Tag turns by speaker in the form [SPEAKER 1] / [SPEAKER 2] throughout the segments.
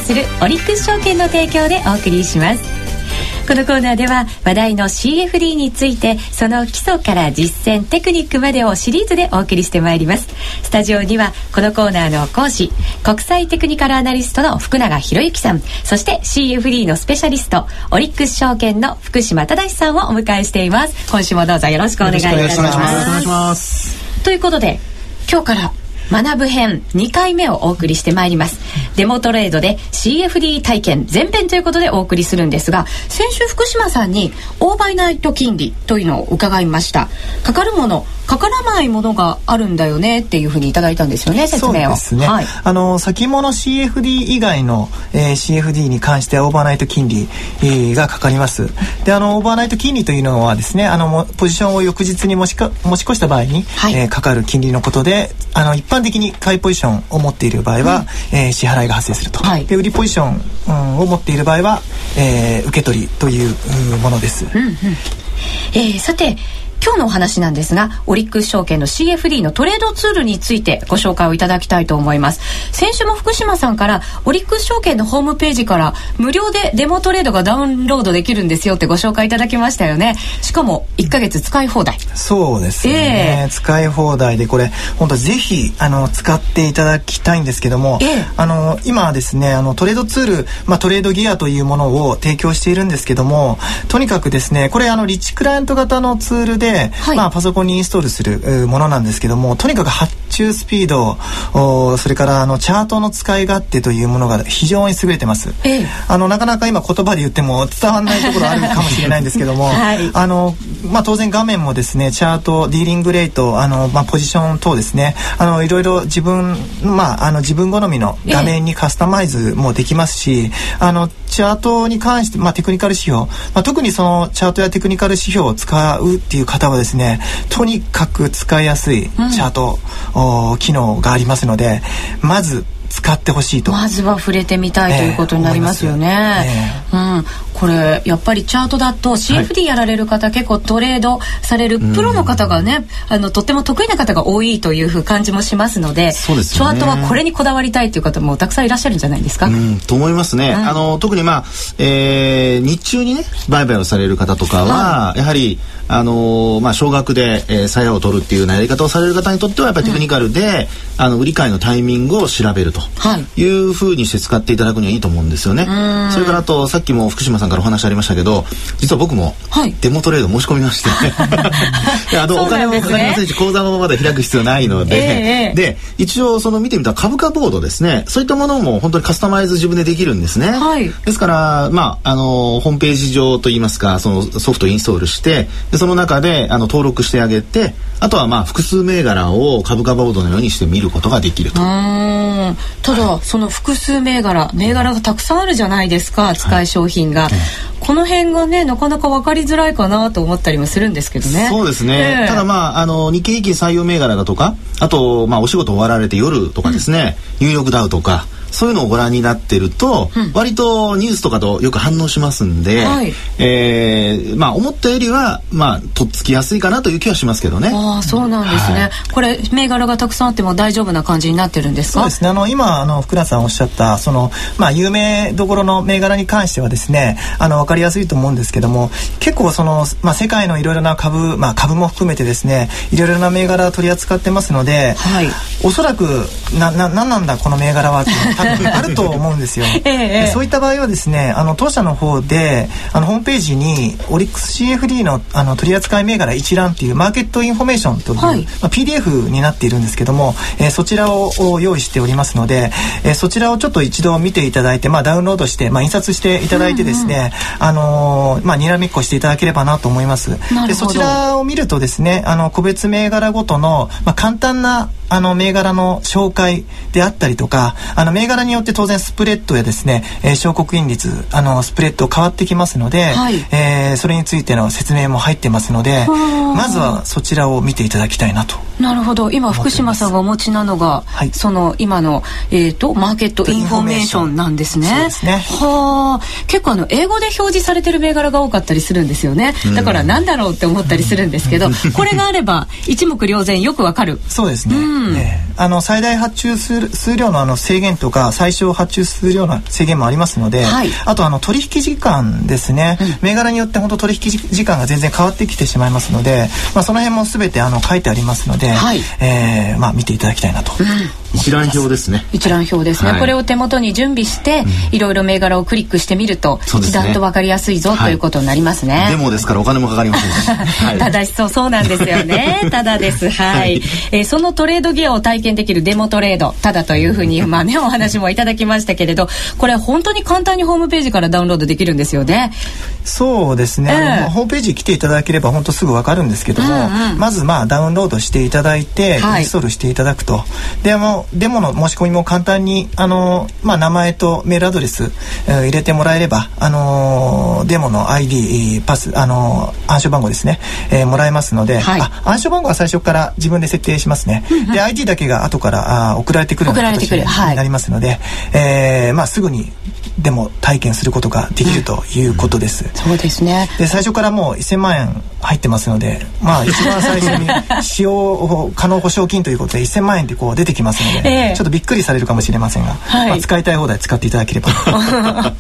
[SPEAKER 1] するオリックス証券の提供でお送りします。このコーナーでは話題の CFD について、その基礎から実践テクニックまでをシリーズでお送りしてまいります。スタジオにはこのコーナーの講師、国際テクニカルアナリストの福永博之さん、そして CFD のスペシャリスト、オリックス証券の福島忠さんをお迎えしています。今週もどうぞよろしくお願いいたします。
[SPEAKER 2] よろしくお願いします。
[SPEAKER 1] ということで、今日から学ぶ編2回目をお送りしてまいります。デモトレードで CFD 体験前編ということでお送りするんですが、先週福島さんにオーバーナイト金利というのを伺いました。かかるもの、かからないものがあるんだよねっていうふうにいただいたんですよね、説明を。
[SPEAKER 2] そうですね、はい、先物 CFD 以外の、CFD に関してはオーバーナイト金利、がかかります。で、オーバーナイト金利というのはですね、ポジションを翌日に持ち越した場合に、はい、かかる金利のことで、一般的に買いポジションを持っている場合は、支払いが発生すると、はい、で売りポジション、を持っている場合は、受け取りというものです。
[SPEAKER 1] さて、今日のお話なんですが、オリックス証券の CFD のトレードツールについてご紹介をいただきたいと思います。先週も福島さんからオリックス証券のホームページから無料でデモトレードがダウンロードできるんですよってご紹介いただきましたよね。しかも1ヶ月使い放題。
[SPEAKER 2] そうですね、使い放題で、これ本当ぜひ使っていただきたいんですけども、今はですね、トレードツール、トレードギアというものを提供しているんですけども、とにかくですね、これリッチクライアント型のツールで、はい、パソコンにインストールするものなんですけども、とにかく発注スピード、それからチャートの使い勝手というものが非常に優れてます。なかなか今言葉で言っても伝わらないところあるかもしれないんですけども、はい、当然画面もですね、チャート、ディーリングレート、ポジション等ですね、いろいろ自分好みの画面にカスタマイズもできますし、チャートに関して、テクニカル指標、特にそのチャートやテクニカル指標を使うっていう方はですね、とにかく使いやすいチャート、機能がありますので、まず使ってほしいと。
[SPEAKER 1] まずは触れてみたいということになりますよね。これやっぱりチャートだと CFD やられる方、はい、結構トレードされるプロの方がね、とっても得意な方が多いという感じもしますので、そうですよね、チャートはこれにこだわりたいという方もたくさんいらっしゃるんじゃないですか。
[SPEAKER 3] と思いますね。特に日中にね売買をされる方とかは、やはり少額で、鞘を取るっていうようなやり方をされる方にとってはやっぱりテクニカルで、売り買いのタイミングを調べるというふうにして使っていただくにはいいと思うんですよね。それからあとさっきも福島さんからお話ありましたけど、実は僕もデモトレード申し込みまして、お金もかかりませんし、口座もまだ開く必要ないので、で一応見てみたら株価ボードですね、そういったものも本当にカスタマイズ自分でできるんですね。ですからホームページ上といいますか、そのソフトインストールして、でその中で登録してあげて、あとは複数銘柄を株価ボードのようにして見ることができると。
[SPEAKER 1] ただその複数銘柄がたくさんあるじゃないですか、使い商品が、この辺がねなかなか分かりづらいかなと思ったりもするんですけどね。
[SPEAKER 3] そうですね、ただ日経平均採用銘柄だとか、あとお仕事終わられて夜とかですね、ニューヨークダウとかそういうのをご覧になってると、割とニュースとかとよく反応しますんで、思ったよりはとっつきやすいかなという気はしますけどね。
[SPEAKER 1] そうなんですね。これ銘柄がたくさんあっても大丈夫な感じになってるんですか。
[SPEAKER 2] そうですね、今福田さんおっしゃった有名どころの銘柄に関してはですね、分かりやすいと思うんですけども、結構世界のいろいろな株、株も含めてですね、いろいろな銘柄を取り扱ってますので、おそらくなんだこの銘柄はって多分あると思うんですよ。そういった場合はですね、当社の方でホームページにオリックス CFD の取り扱い銘柄一覧っていうマーケットインフォメーションという、PDF になっているんですけども、そちらを用意しておりますので、そちらをちょっと一度見ていただいて、ダウンロードして、印刷していただいてですね、にらめっこしていただければなと思います。でそちらを見るとですね、個別銘柄ごとの、簡単な銘柄の紹介であったりとか、銘柄によって当然スプレッドやですね、証拠金率スプレッド変わってきますので、それについての説明も入ってますので、まずはそちらを見ていただきたいなと。
[SPEAKER 1] なるほど。今福島さんがお持ちなのが、今の、マーケットインフォメーションなんですね。
[SPEAKER 2] そうですね。
[SPEAKER 1] 結構英語で表示されてる銘柄が多かったりするんですよね。だからなんだろうって思ったりするんですけど、これがあれば一目瞭然よくわかる。
[SPEAKER 2] そうですね。 最大発注数量の制限とか最小発注数量の制限もありますので、はい、あと取引時間ですね、銘柄によって本当取引時間が全然変わってきてしまいますので、その辺も全て書いてありますので、はい、見ていただきたいなと、
[SPEAKER 3] 一覧表ですね。
[SPEAKER 1] 一覧表ですね、はい、これを手元に準備して、いろいろ銘柄をクリックしてみると、一段と分かりやすいぞ、ということになりますね。
[SPEAKER 3] デモですからお金もかかりませんし、はい、
[SPEAKER 1] 正しそうなんですよね。ただです。はい、そのトレードギアを体験できるデモトレード、ただというふうにお話もいただきましたけれど、これ本当に簡単にホームページからダウンロードできるんですよね。
[SPEAKER 2] そうですね、ホームページ来ていただければ本当すぐ分かるんですけども、まずダウンロードしていただいて、インストールしていただくと。でデモの申し込みも簡単に名前とメールアドレス入れてもらえれば、デモの ID パス暗証番号ですね、もらえますので、はい、暗証番号は最初から自分で設定しますね。で ID だけが後から送られてくるような形になりますので、すぐにデモ体験することができるということです。
[SPEAKER 1] そうですね。
[SPEAKER 2] で最初からもう1000万円入ってますので、一番最初に使用可能保証金ということで1000万円で出てきますので、ちょっとびっくりされるかもしれませんが、はい、使いたい放題使っていただければと思っています。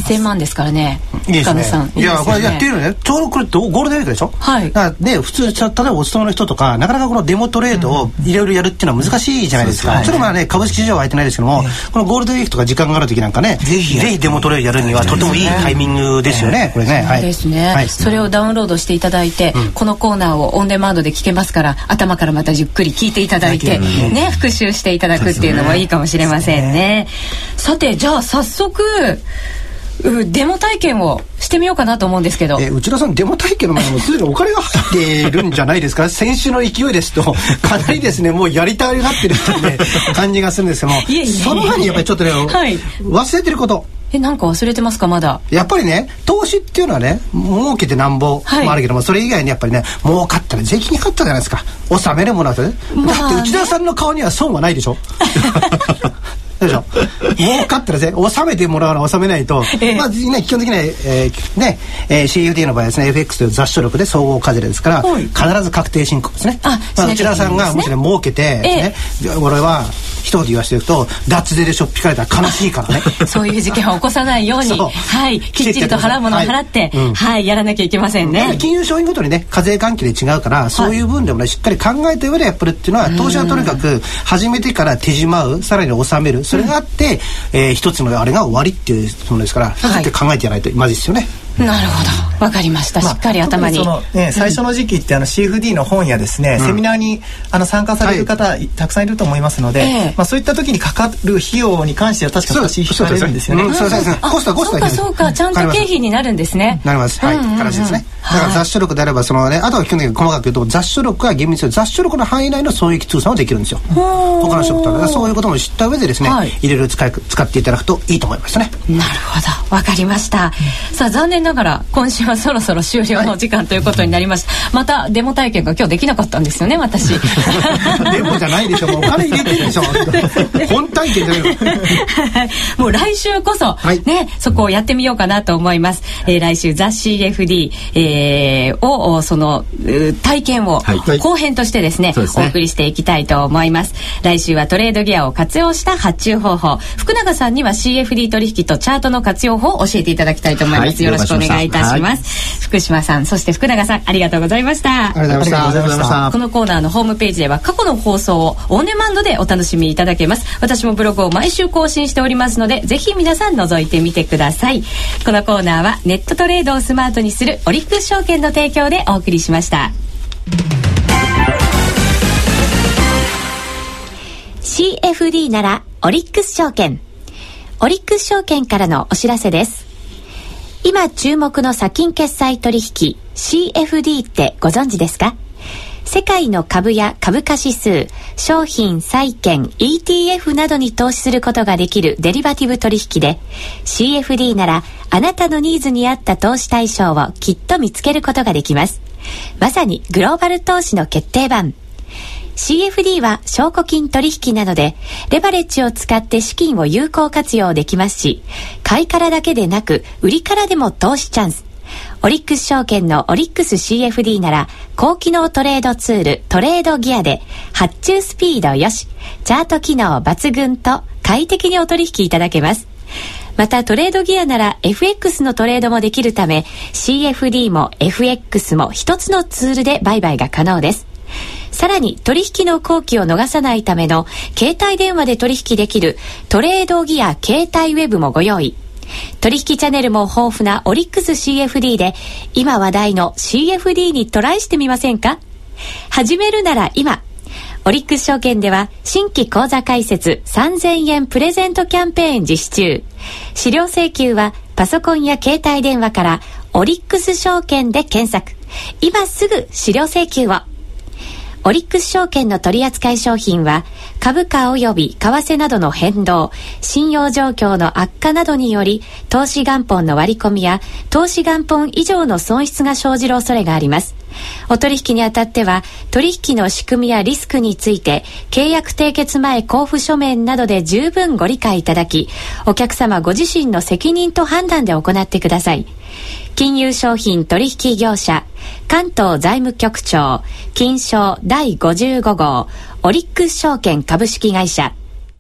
[SPEAKER 1] 1000万ですからね。
[SPEAKER 4] いいですね。いやこれやってるのね。ちょうどこれゴールデンウィークでしょ。はい。で普通例えばお勤めの人とかなかなかこのデモトレードをいろいろやるっていうのは難しいじゃないですか。ちょっと株式市場は空いてないですけども、このゴールデンウィークとか時間がある時なんかね、ぜひデモトレードやるにはとてもいいタイミングですよね。これね。
[SPEAKER 1] そうですね。それをダウンロードしていただいて、このコーナーをオンデマンドで聞けますから、頭からまたじっくり聞いていただいてね、復習していただくっていうのもいいかもしれませんね。さてじゃあ早速デモ体験をしてみようかなと思うんですけど、
[SPEAKER 4] 内田さんデモ体験の前にもすでにお金が入ってるんじゃないですか。先週の勢いですとかなりですね、もうやりたいなってるっていう、ね、感じがするんですけども、その前にやっぱりちょっとね、はい、忘れてること、
[SPEAKER 1] なんか忘れてますか。まだ
[SPEAKER 4] やっぱりね、投資っていうのはね、儲けてなんぼもあるけども、それ以外にやっぱりね、儲かったら税金にかかったじゃないですか。納めるものだって、だって内田さんの顔には損はないでしょ。でしょ。儲かったら納めてもらうのは納めないと、基本的には、CFD の場合はですね、FX という雑所得で総合課税ですから、必ず確定申告ですね。内田さんがもしね儲けてですね、俺は一言言わせていくと脱税でしょっぴかれたら悲しいからね。
[SPEAKER 1] そういう事件を起こさないように、はい、きっちりと払うものを払って、やらなきゃいけませんね。
[SPEAKER 4] 金融商品ごとにね、課税関係で違うから、そういう分でもね、しっかり考えた上でやってるっていうのは、投資はとにかく始めてから手締まう、さらに納める、それがあって、一つのあれが終わりっていうものですから、そうやって考えてやらないとまずいですよね。
[SPEAKER 1] なるほど、わかりました。しっかり頭に。
[SPEAKER 2] 最初の時期ってCFD の本やですね、セミナーに参加される方、たくさんいると思いますので、そういった時にかかる費用に関しては確か差し引かれるんですよね。
[SPEAKER 1] そうか、ちゃんと経費になるんですね。
[SPEAKER 4] なります。はい、形ですね。だから雑所得であればあとは基本的に細かく言うと、雑所得は厳密に雑所得の範囲内の損益通算をできるんですよ。他の職とはそういうことも知った上でですね、いろいろ使っていただくといいと思いましたね。
[SPEAKER 1] なるほど、わかりました。さあ残念ながら今週はそろそろ終了の時間ということになりました。またデモ体験が今日できなかったんですよね、私。
[SPEAKER 4] デモじゃないでしょ、もうお金入れてるでしょ。本体験じゃない
[SPEAKER 1] もう来週こそ、ね、そこをやってみようかなと思います。来週ザ・ CFD、をその体験を後編としてですね、お送りしていきたいと思います。来週はトレードギアを活用した発注方法、福永さんには CFD 取引とチャートの活用法を教えていただきたいと思います。よろしくお願いいたします。福島さん、そして福永さん、ありがとうございました。
[SPEAKER 4] ありがとうございました。
[SPEAKER 1] このコーナーのホームページでは過去の放送をオンデマンドでお楽しみいただけます。私もブログを毎週更新しておりますので、ぜひ皆さん覗いてみてください。このコーナーはネットトレードをスマートにするオリックス証券の提供でお送りしました。CFD ならオリックス証券。オリックス証券からのお知らせです。今注目の先金決済取引 CFD ってご存知ですか？世界の株や株価指数、商品、債券、ETF などに投資することができるデリバティブ取引で、 CFD ならあなたのニーズに合った投資対象をきっと見つけることができます。まさにグローバル投資の決定版。CFD は証拠金取引なので、レバレッジを使って資金を有効活用できますし、買いからだけでなく売りからでも投資チャンス。 オリックス証券のオリックス CFD なら高機能トレードツールトレードギアで発注スピードよし、チャート機能抜群と快適にお取引いただけます。またトレードギアなら FX のトレードもできるため CFD も FX も一つのツールで売買が可能です。さらに取引の工期を逃さないための携帯電話で取引できるトレードギア携帯ウェブもご用意。取引チャンネルも豊富なオリックス CFD で今話題の CFD にトライしてみませんか？始めるなら今。オリックス証券では新規口座開設3000円プレゼントキャンペーン実施中。資料請求はパソコンや携帯電話からオリックス証券で検索。今すぐ資料請求を。オリックス証券の取扱い商品は株価及び為替などの変動、信用状況の悪化などにより投資元本の割り込みや投資元本以上の損失が生じる恐れがあります。お取引にあたっては取引の仕組みやリスクについて契約締結前交付書面などで十分ご理解いただき、お客様ご自身の責任と判断で行ってください。金融商品取引業者関東財務局長金商第55号オリックス証券株式会社。